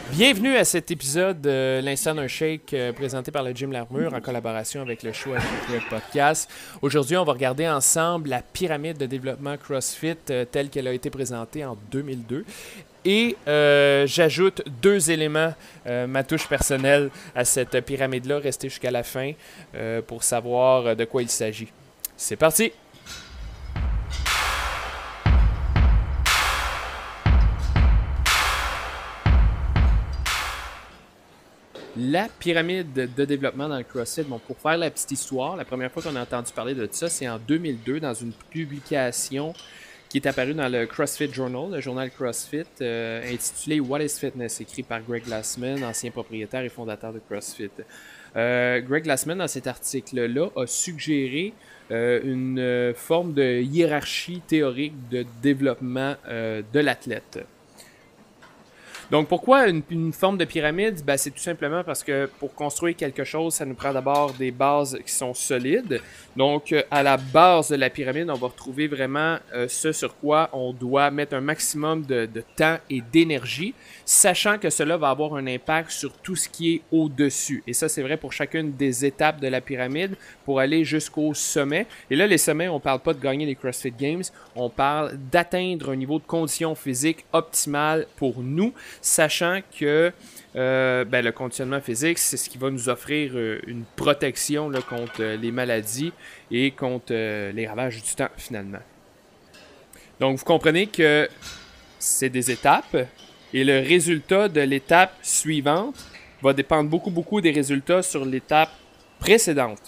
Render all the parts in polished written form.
Bienvenue à cet épisode de l'Instant d'un Shake présenté par le Gym L'Armure en collaboration avec le show Web Podcast. Aujourd'hui, on va regarder ensemble la pyramide de développement CrossFit telle qu'elle a été présentée en 2002. Et j'ajoute deux éléments, ma touche personnelle à cette pyramide-là. Restez jusqu'à la fin pour savoir de quoi il s'agit. C'est parti! La pyramide de développement dans le CrossFit, bon, pour faire la petite histoire, la première fois qu'on a entendu parler de ça, c'est en 2002 dans une publication qui est apparue dans le CrossFit Journal, le journal CrossFit, intitulé What is Fitness, écrit par Greg Glassman, ancien propriétaire et fondateur de CrossFit. Greg Glassman, dans cet article-là, a suggéré une forme de hiérarchie théorique de développement de l'athlète. Donc, pourquoi une forme de pyramide? Ben, c'est tout simplement parce que pour construire quelque chose, ça nous prend d'abord des bases qui sont solides. Donc, à la base de la pyramide, on va retrouver vraiment ce sur quoi on doit mettre un maximum de temps et d'énergie, sachant que cela va avoir un impact sur tout ce qui est au-dessus. Et ça, c'est vrai pour chacune des étapes de la pyramide pour aller jusqu'au sommet. Et là, les sommets, on ne parle pas de gagner les CrossFit Games, on parle d'atteindre un niveau de condition physique optimal pour nous, sachant que le conditionnement physique, c'est ce qui va nous offrir une protection là, contre les maladies et contre les ravages du temps, finalement. Donc, vous comprenez que c'est des étapes et le résultat de l'étape suivante va dépendre beaucoup des résultats sur l'étape précédente.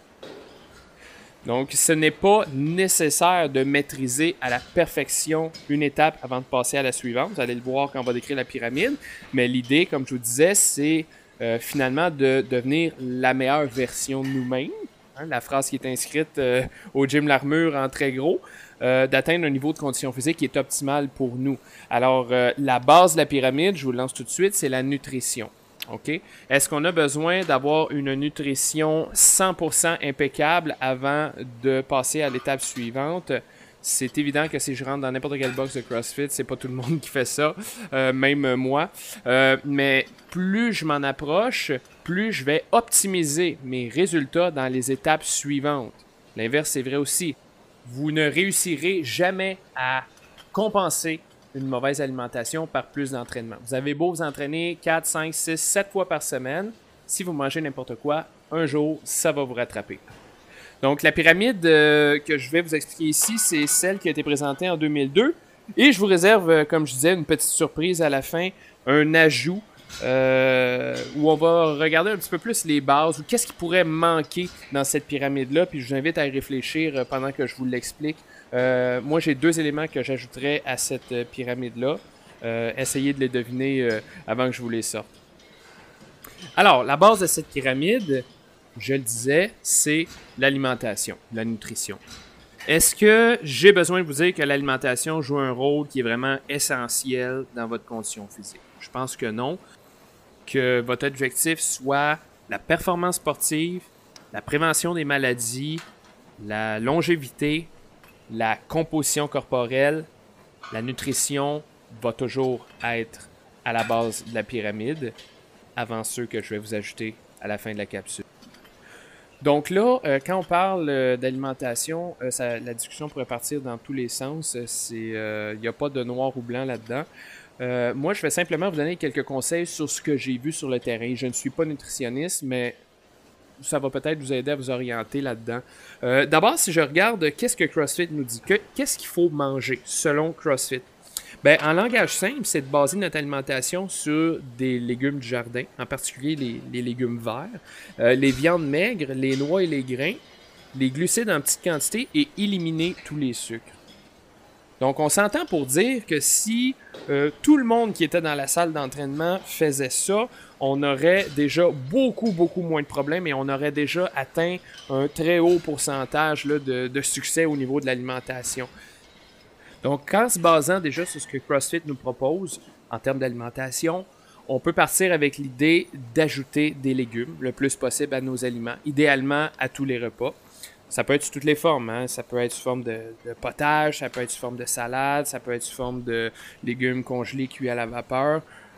Donc, ce n'est pas nécessaire de maîtriser à la perfection une étape avant de passer à la suivante. Vous allez le voir quand on va décrire la pyramide. Mais l'idée, comme je vous disais, c'est finalement de devenir la meilleure version de nous-mêmes. Hein, la phrase qui est inscrite au Gym L'Armure en très gros, d'atteindre un niveau de condition physique qui est optimal pour nous. Alors, la base de la pyramide, je vous le lance tout de suite, c'est la nutrition. Okay? Est-ce qu'on a besoin d'avoir une nutrition 100% impeccable avant de passer à l'étape suivante? C'est évident que si je rentre dans n'importe quelle box de CrossFit, c'est pas tout le monde qui fait ça, même moi. Mais plus je m'en approche, plus je vais optimiser mes résultats dans les étapes suivantes. L'inverse est vrai aussi. Vous ne réussirez jamais à compenser une mauvaise alimentation par plus d'entraînement. Vous avez beau vous entraîner 4, 5, 6, 7 fois par semaine, si vous mangez n'importe quoi, un jour, ça va vous rattraper. Donc, la pyramide que je vais vous expliquer ici, c'est celle qui a été présentée en 2002. Et je vous réserve, comme je disais, une petite surprise à la fin, un ajout où on va regarder un petit peu plus les bases ou qu'est-ce qui pourrait manquer dans cette pyramide-là. Puis je vous invite à y réfléchir pendant que je vous l'explique. Moi, j'ai deux éléments que j'ajouterais à cette pyramide-là. Essayez de les deviner avant que je vous les sorte. Alors, la base de cette pyramide, je le disais, c'est l'alimentation, la nutrition. Est-ce que j'ai besoin de vous dire que l'alimentation joue un rôle qui est vraiment essentiel dans votre condition physique? Je pense que non. Que votre objectif soit la performance sportive, la prévention des maladies, la longévité, la composition corporelle, la nutrition va toujours être à la base de la pyramide avant ceux que je vais vous ajouter à la fin de la capsule. Donc là, quand on parle d'alimentation, la discussion pourrait partir dans tous les sens. Il n'y a pas de noir ou blanc là-dedans. Moi, je vais simplement vous donner quelques conseils sur ce que j'ai vu sur le terrain. Je ne suis pas nutritionniste, mais ça va peut-être vous aider à vous orienter là-dedans. D'abord, si je regarde qu'est-ce que CrossFit nous dit, qu'est-ce qu'il faut manger selon CrossFit? Ben, en langage simple, c'est de baser notre alimentation sur des légumes du jardin, en particulier les légumes verts, les viandes maigres, les noix et les grains, les glucides en petite quantité et éliminer tous les sucres. Donc, on s'entend pour dire que si tout le monde qui était dans la salle d'entraînement faisait ça, on aurait déjà beaucoup moins de problèmes et on aurait déjà atteint un très haut pourcentage là, de succès au niveau de l'alimentation. Donc, en se basant déjà sur ce que CrossFit nous propose en termes d'alimentation, on peut partir avec l'idée d'ajouter des légumes le plus possible à nos aliments, idéalement à tous les repas. Ça peut être sous toutes les formes, hein? Ça peut être sous forme de potage, ça peut être sous forme de salade, ça peut être sous forme de légumes congelés cuits à la vapeur.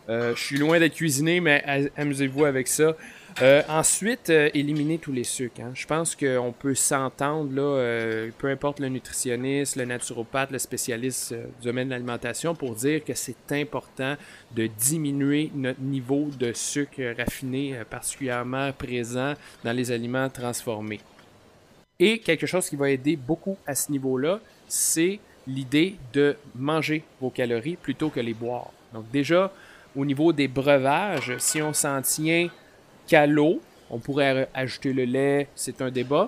Je suis loin d'être cuisiné, mais amusez-vous avec ça. Ensuite, éliminer tous les sucres. Hein. Je pense qu'on peut s'entendre, là, peu importe le nutritionniste, le naturopathe, le spécialiste du domaine de l'alimentation, pour dire que c'est important de diminuer notre niveau de sucre raffiné, particulièrement présent dans les aliments transformés. Et quelque chose qui va aider beaucoup à ce niveau-là, c'est l'idée de manger vos calories plutôt que les boire. Donc déjà, au niveau des breuvages, si on s'en tient qu'à l'eau, on pourrait ajouter le lait, c'est un débat.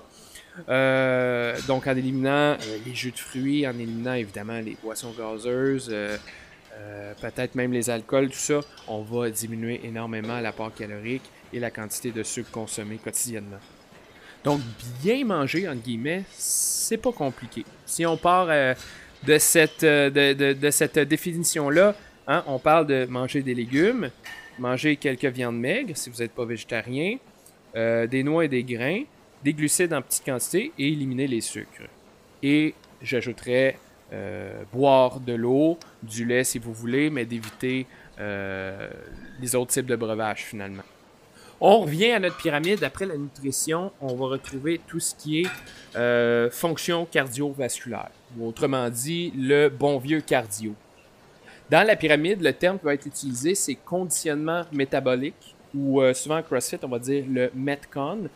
Donc en éliminant les jus de fruits, en éliminant évidemment les boissons gazeuses, peut-être même les alcools, tout ça, on va diminuer énormément l'apport calorique et la quantité de sucre consommé quotidiennement. Donc, bien manger, entre guillemets, c'est pas compliqué. Si on part de cette définition-là, hein, on parle de manger des légumes, manger quelques viandes maigres, si vous n'êtes pas végétarien, des noix et des grains, des glucides en petite quantité et éliminer les sucres. Et j'ajouterais boire de l'eau, du lait si vous voulez, mais d'éviter les autres types de breuvages finalement. On revient à notre pyramide. Après la nutrition, on va retrouver tout ce qui est fonction cardiovasculaire, ou autrement dit, le bon vieux cardio. Dans la pyramide, le terme qui va être utilisé, c'est conditionnement métabolique, ou souvent en CrossFit, on va dire le Metcon.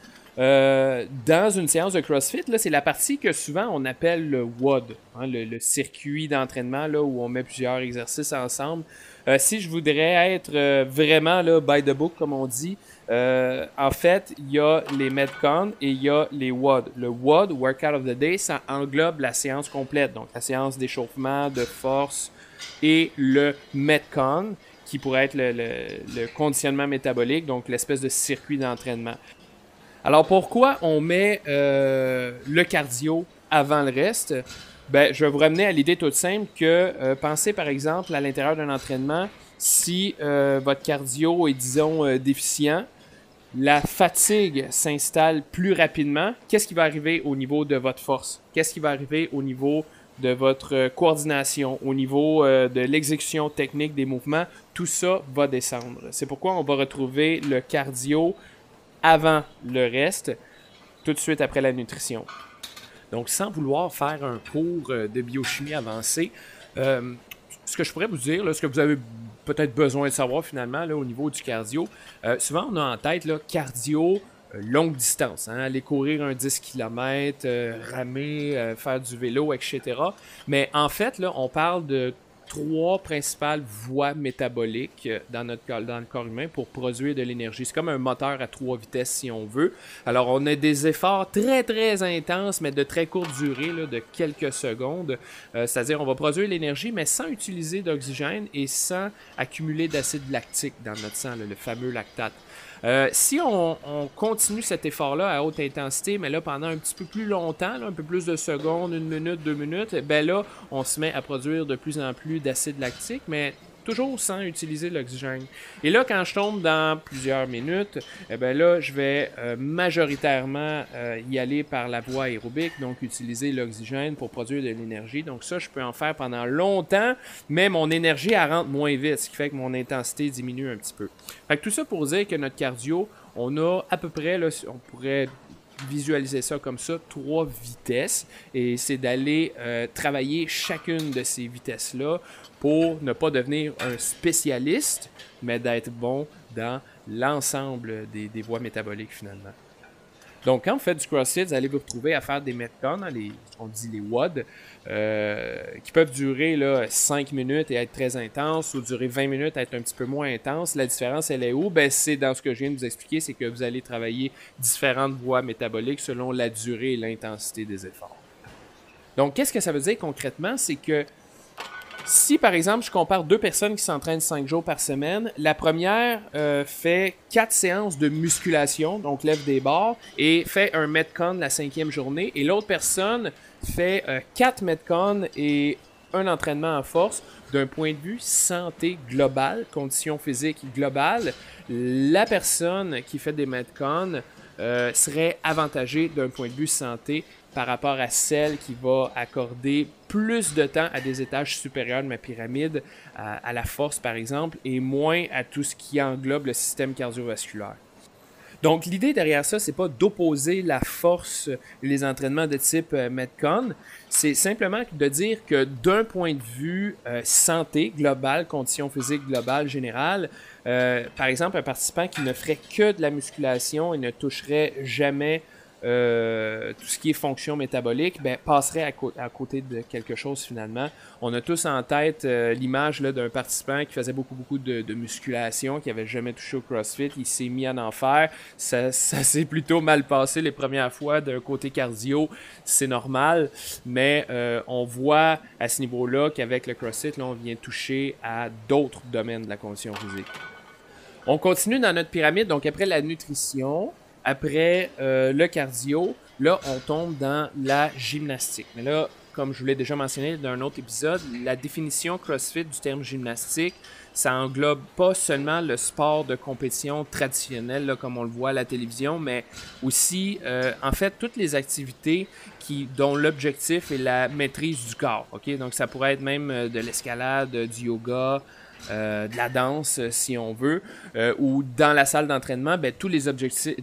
Dans une séance de CrossFit, là, c'est la partie que souvent on appelle le WOD, hein, le circuit d'entraînement là, où on met plusieurs exercices ensemble. Si je voudrais être vraiment là, by the book, comme on dit, en fait, il y a les Metcon et il y a les WOD. Le WOD, Workout of the Day, ça englobe la séance complète, donc la séance d'échauffement, de force, et le Metcon, qui pourrait être le conditionnement métabolique, donc l'espèce de circuit d'entraînement. Alors pourquoi on met le cardio avant le reste? Ben, je vais vous ramener à l'idée toute simple que pensez par exemple à l'intérieur d'un entraînement, si votre cardio est disons déficient, la fatigue s'installe plus rapidement. Qu'est-ce qui va arriver au niveau de votre force? Qu'est-ce qui va arriver au niveau de votre coordination, au niveau de l'exécution technique des mouvements? Tout ça va descendre. C'est pourquoi on va retrouver le cardio avant le reste, tout de suite après la nutrition. Donc, sans vouloir faire un cours de biochimie avancée, ce que je pourrais vous dire, là, ce que vous avez peut-être besoin de savoir finalement là, au niveau du cardio, souvent on a en tête là, cardio longue distance, hein, aller courir un 10 km, ramer, faire du vélo, etc. Mais en fait, là, on parle de 3 principales voies métaboliques dans le corps humain pour produire de l'énergie. C'est comme un moteur à 3 vitesses si on veut. Alors on a des efforts très très intenses mais de très courte durée, là, de quelques secondes. C'est-à-dire on va produire l'énergie mais sans utiliser d'oxygène et sans accumuler d'acide lactique dans notre sang, là, le fameux lactate. Si on continue cet effort-là à haute intensité, mais là pendant un petit peu plus longtemps, là, un peu plus de secondes, 1 minute, 2 minutes, ben là, on se met à produire de plus en plus d'acide lactique, mais toujours sans utiliser l'oxygène. Et là, quand je tombe dans plusieurs minutes, ben là, je vais majoritairement y aller par la voie aérobique, donc utiliser l'oxygène pour produire de l'énergie. Donc ça, je peux en faire pendant longtemps, mais mon énergie, elle rentre moins vite, ce qui fait que mon intensité diminue un petit peu. Fait que tout ça pour dire que notre cardio, on a à peu près, là, on pourrait visualiser ça comme ça, 3 vitesses, et c'est d'aller travailler chacune de ces vitesses-là pour ne pas devenir un spécialiste, mais d'être bon dans l'ensemble des voies métaboliques finalement. Donc, quand vous faites du CrossFit, vous allez vous retrouver à faire des Metcon, on dit les WOD, qui peuvent durer là, 5 minutes et être très intenses, ou durer 20 minutes et être un petit peu moins intenses. La différence, elle est où? Ben, c'est dans ce que je viens de vous expliquer, c'est que vous allez travailler différentes voies métaboliques selon la durée et l'intensité des efforts. Donc, qu'est-ce que ça veut dire concrètement? C'est que si, par exemple, je compare 2 personnes qui s'entraînent 5 jours par semaine, la première fait 4 séances de musculation, donc lève des barres, et fait un Metcon la 5e journée, et l'autre personne fait 4 Metcon et un entraînement en force. D'un point de vue santé globale, condition physique globale, la personne qui fait des Metcon serait avantagée d'un point de vue santé par rapport à celle qui va accorder plus de temps à des étages supérieurs de ma pyramide, à la force par exemple, et moins à tout ce qui englobe le système cardiovasculaire. Donc, l'idée derrière ça, c'est pas d'opposer la force et les entraînements de type Metcon, c'est simplement de dire que d'un point de vue santé globale, condition physique globale générale, par exemple, un participant qui ne ferait que de la musculation et ne toucherait jamais tout ce qui est fonction métabolique, ben, passerait à côté de quelque chose finalement. On a tous en tête l'image là, d'un participant qui faisait beaucoup de musculation, qui avait jamais touché au CrossFit, il s'est mis en enfer, ça s'est plutôt mal passé les premières fois d'un côté cardio, c'est normal, mais on voit à ce niveau-là qu'avec le CrossFit, là, on vient toucher à d'autres domaines de la condition physique. On continue dans notre pyramide, donc après la nutrition, après le cardio, là, on tombe dans la gymnastique. Mais là, comme je vous l'ai déjà mentionné dans un autre épisode, la définition CrossFit du terme gymnastique, ça englobe pas seulement le sport de compétition traditionnel, là, comme on le voit à la télévision, mais aussi, en fait, toutes les activités dont l'objectif est la maîtrise du corps. Okay? Donc, ça pourrait être même de l'escalade, du yoga, de la danse si on veut, ou dans la salle d'entraînement, ben, tous les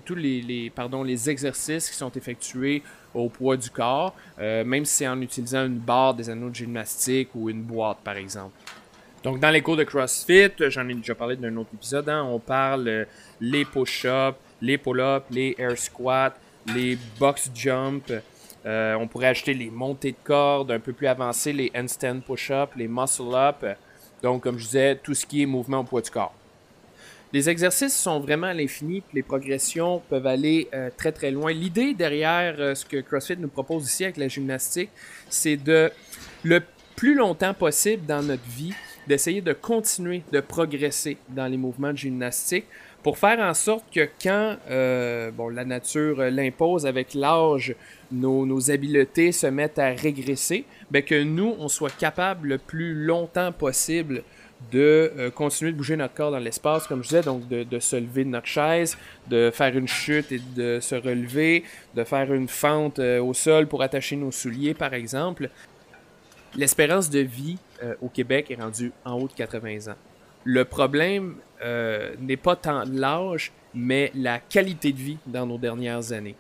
exercices qui sont effectués au poids du corps, même si c'est en utilisant une barre, des anneaux de gymnastique ou une boîte par exemple. Donc dans les cours de CrossFit, j'en ai déjà parlé dans un autre épisode, hein, on parle les push-ups, les pull-ups, les air squats, les box jump. On pourrait ajouter les montées de corde un peu plus avancées, les handstand push-ups, les muscle-up. Donc, comme je disais, tout ce qui est mouvement au poids du corps. Les exercices sont vraiment à l'infini, puis les progressions peuvent aller très très loin. L'idée derrière ce que CrossFit nous propose ici avec la gymnastique, c'est de, le plus longtemps possible dans notre vie, d'essayer de continuer de progresser dans les mouvements de gymnastique pour faire en sorte que quand la nature l'impose avec l'âge, nos habiletés se mettent à régresser, ben que nous, on soit capable le plus longtemps possible de continuer de bouger notre corps dans l'espace, comme je disais, donc de se lever de notre chaise, de faire une chute et de se relever, de faire une fente au sol pour attacher nos souliers, par exemple. L'espérance de vie au Québec est rendue en haut de 80 ans. Le problème n'est pas tant l'âge, mais la qualité de vie dans nos dernières années.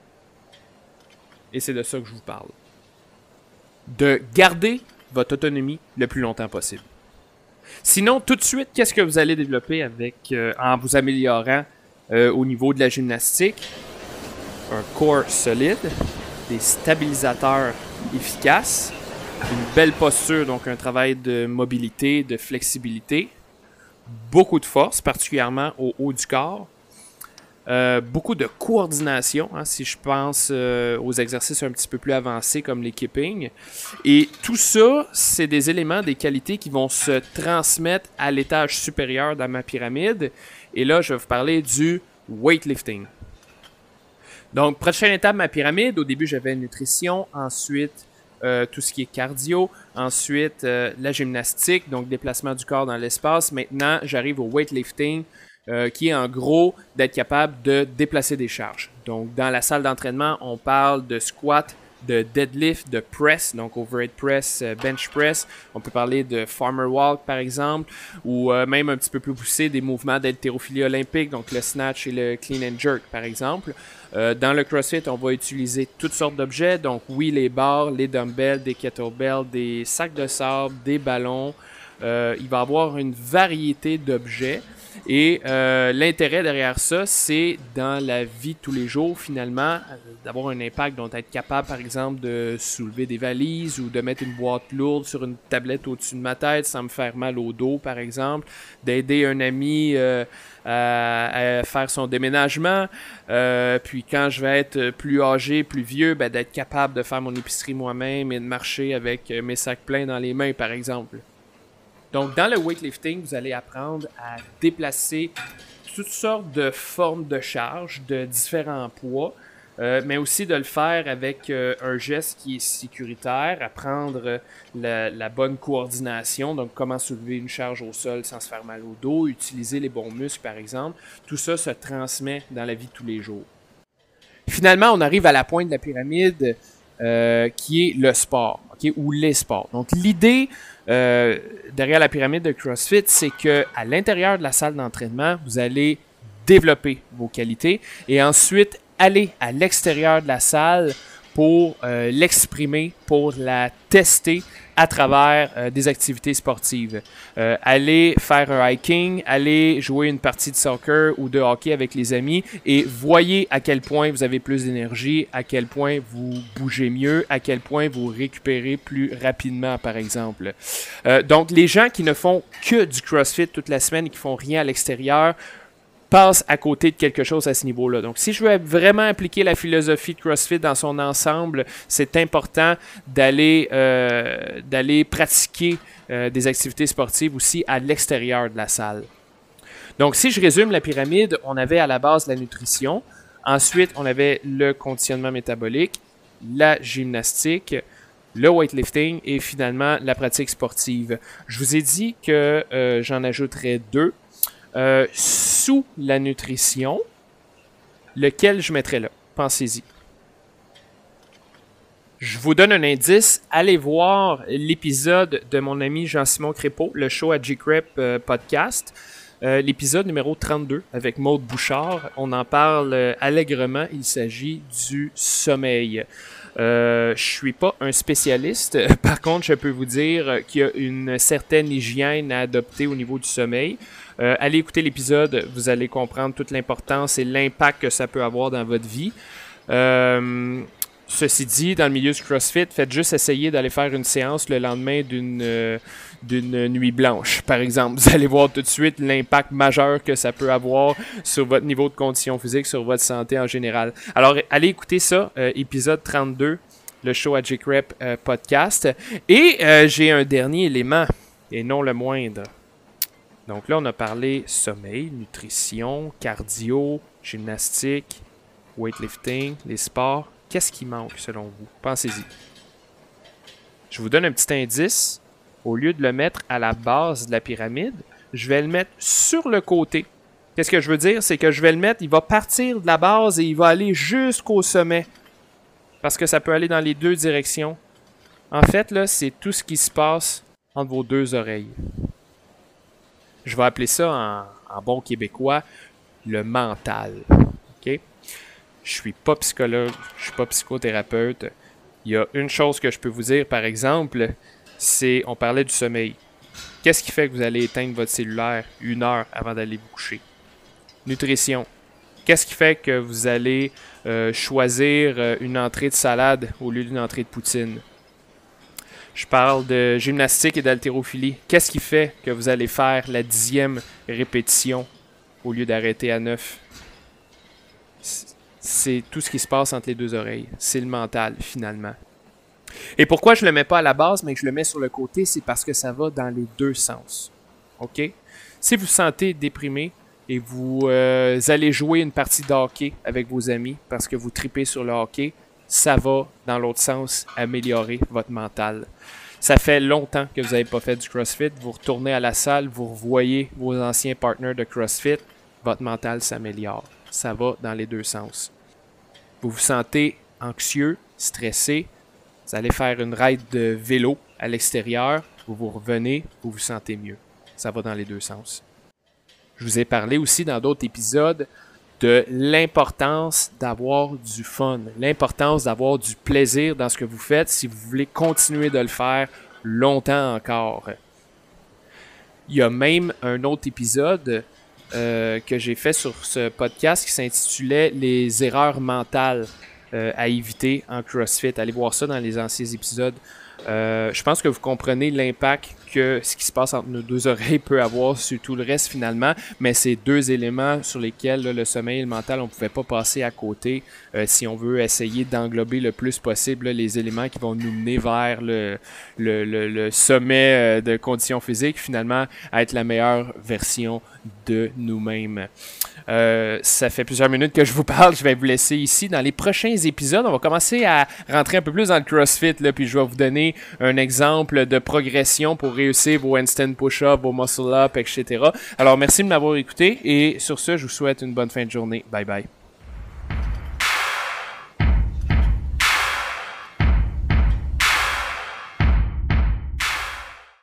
Et c'est de ça que je vous parle. De garder votre autonomie le plus longtemps possible. Sinon, tout de suite, qu'est-ce que vous allez développer en vous améliorant au niveau de la gymnastique? Un corps solide, des stabilisateurs efficaces, une belle posture, donc un travail de mobilité, de flexibilité, beaucoup de force, particulièrement au haut du corps, beaucoup de coordination, hein, si je pense aux exercices un petit peu plus avancés comme les keeping. Et tout ça, c'est des éléments, des qualités qui vont se transmettre à l'étage supérieur dans ma pyramide. Et là, je vais vous parler du weightlifting. Donc, prochaine étape de ma pyramide, au début, j'avais nutrition, ensuite tout ce qui est cardio, ensuite la gymnastique, donc déplacement du corps dans l'espace. Maintenant, j'arrive au weightlifting, qui est en gros d'être capable de déplacer des charges. Donc, dans la salle d'entraînement, on parle de squat, de deadlift, de press, donc overhead press, bench press. On peut parler de farmer walk, par exemple, ou même un petit peu plus poussé, des mouvements d'haltérophilie olympique, donc le snatch et le clean and jerk, par exemple. Dans le CrossFit, on va utiliser toutes sortes d'objets, donc oui, les barres, les dumbbells, des kettlebells, des sacs de sable, des ballons. Il va y avoir une variété d'objets. Et l'intérêt derrière ça, c'est dans la vie de tous les jours, finalement, d'avoir un impact, donc être capable, par exemple, de soulever des valises ou de mettre une boîte lourde sur une tablette au-dessus de ma tête sans me faire mal au dos, par exemple, d'aider un ami à faire son déménagement, puis quand je vais être plus âgé, plus vieux, ben, d'être capable de faire mon épicerie moi-même et de marcher avec mes sacs pleins dans les mains, par exemple. Donc, dans le weightlifting, vous allez apprendre à déplacer toutes sortes de formes de charge de différents poids, mais aussi de le faire avec un geste qui est sécuritaire, apprendre la bonne coordination, donc comment soulever une charge au sol sans se faire mal au dos, utiliser les bons muscles, par exemple. Tout ça se transmet dans la vie de tous les jours. Finalement, on arrive à la pointe de la pyramide qui est le sport, okay, ou les sports. Donc, l'idée derrière la pyramide de CrossFit, c'est que à l'intérieur de la salle d'entraînement, vous allez développer vos qualités et ensuite aller à l'extérieur de la salle pour l'exprimer, pour la tester à travers des activités sportives. Aller faire un hiking, aller jouer une partie de soccer ou de hockey avec les amis et voyez à quel point vous avez plus d'énergie, à quel point vous bougez mieux, à quel point vous récupérez plus rapidement, par exemple. Donc, les gens qui ne font que du CrossFit toute la semaine et qui font rien à l'extérieur, passe à côté de quelque chose à ce niveau-là. Donc, si je veux vraiment appliquer la philosophie de CrossFit dans son ensemble, c'est important d'aller pratiquer des activités sportives aussi à l'extérieur de la salle. Donc, si je résume la pyramide, on avait à la base la nutrition. Ensuite, on avait le conditionnement métabolique, la gymnastique, le weightlifting et finalement la pratique sportive. Je vous ai dit que j'en ajouterais 2. Sous la nutrition, lequel je mettrais là? Pensez-y. Je vous donne un indice. Allez voir l'épisode de mon ami Jean-Simon Crépeau, le show à G-Crep podcast. L'épisode numéro 32 avec Maude Bouchard. On en parle allègrement. Il s'agit du sommeil. Je suis pas un spécialiste. Par contre, je peux vous dire qu'il y a une certaine hygiène à adopter au niveau du sommeil. Allez écouter l'épisode, vous allez comprendre toute l'importance et l'impact que ça peut avoir dans votre vie. Ceci dit, dans le milieu du CrossFit, faites juste essayer d'aller faire une séance le lendemain d'une nuit blanche, par exemple. Vous allez voir tout de suite l'impact majeur que ça peut avoir sur votre niveau de condition physique, sur votre santé en général. Alors, allez écouter ça, épisode 32, le show à G-Crep podcast. Et j'ai un dernier élément, et non le moindre. Donc là, on a parlé sommeil, nutrition, cardio, gymnastique, weightlifting, les sports. Qu'est-ce qui manque selon vous? Pensez-y. Je vous donne un petit indice. Au lieu de le mettre à la base de la pyramide, je vais le mettre sur le côté. Qu'est-ce que je veux dire? C'est que je vais le mettre, il va partir de la base et il va aller jusqu'au sommet. Parce que ça peut aller dans les deux directions. En fait, là, c'est tout ce qui se passe entre vos deux oreilles. Je vais appeler ça en bon québécois le mental. OK? Je suis pas psychologue, je suis pas psychothérapeute. Il y a une chose que je peux vous dire, par exemple, c'est, on parlait du sommeil. Qu'est-ce qui fait que vous allez éteindre votre cellulaire 1 heure avant d'aller vous coucher? Nutrition. Qu'est-ce qui fait que vous allez choisir une entrée de salade au lieu d'une entrée de poutine? Je parle de gymnastique et d'haltérophilie. Qu'est-ce qui fait que vous allez faire la 10e répétition au lieu d'arrêter à 9? C'est tout ce qui se passe entre les deux oreilles. C'est le mental, finalement. Et pourquoi je ne le mets pas à la base, mais que je le mets sur le côté, c'est parce que ça va dans les deux sens. OK? Si vous vous sentez déprimé et vous allez jouer une partie de hockey avec vos amis parce que vous tripez sur le hockey, ça va, dans l'autre sens, améliorer votre mental. Ça fait longtemps que vous n'avez pas fait du CrossFit. Vous retournez à la salle, vous revoyez vos anciens partners de CrossFit. Votre mental s'améliore. Ça va dans les deux sens. Vous vous sentez anxieux, stressé. Vous allez faire une ride de vélo à l'extérieur. Vous revenez, vous vous sentez mieux. Ça va dans les deux sens. Je vous ai parlé aussi dans d'autres épisodes de l'importance d'avoir du fun, l'importance d'avoir du plaisir dans ce que vous faites si vous voulez continuer de le faire longtemps encore. Il y a même un autre épisode que j'ai fait sur ce podcast qui s'intitulait « Les erreurs mentales à éviter en CrossFit ». Allez voir ça dans les anciens épisodes. Je pense que vous comprenez l'impact que ce qui se passe entre nos deux oreilles peut avoir sur tout le reste finalement, mais c'est deux éléments sur lesquels là, le sommeil et le mental, on ne pouvait pas passer à côté si on veut essayer d'englober le plus possible là, les éléments qui vont nous mener vers le sommet de conditions physiques, finalement à être la meilleure version de nous-mêmes. Ça fait plusieurs minutes que je vous parle, je vais vous laisser ici. Dans les prochains épisodes, on va commencer à rentrer un peu plus dans le CrossFit, là, puis je vais vous donner un exemple de progression pour réussir vos handstand push-up, vos muscle-up, etc. Alors merci de m'avoir écouté et sur ce, je vous souhaite une bonne fin de journée. Bye bye.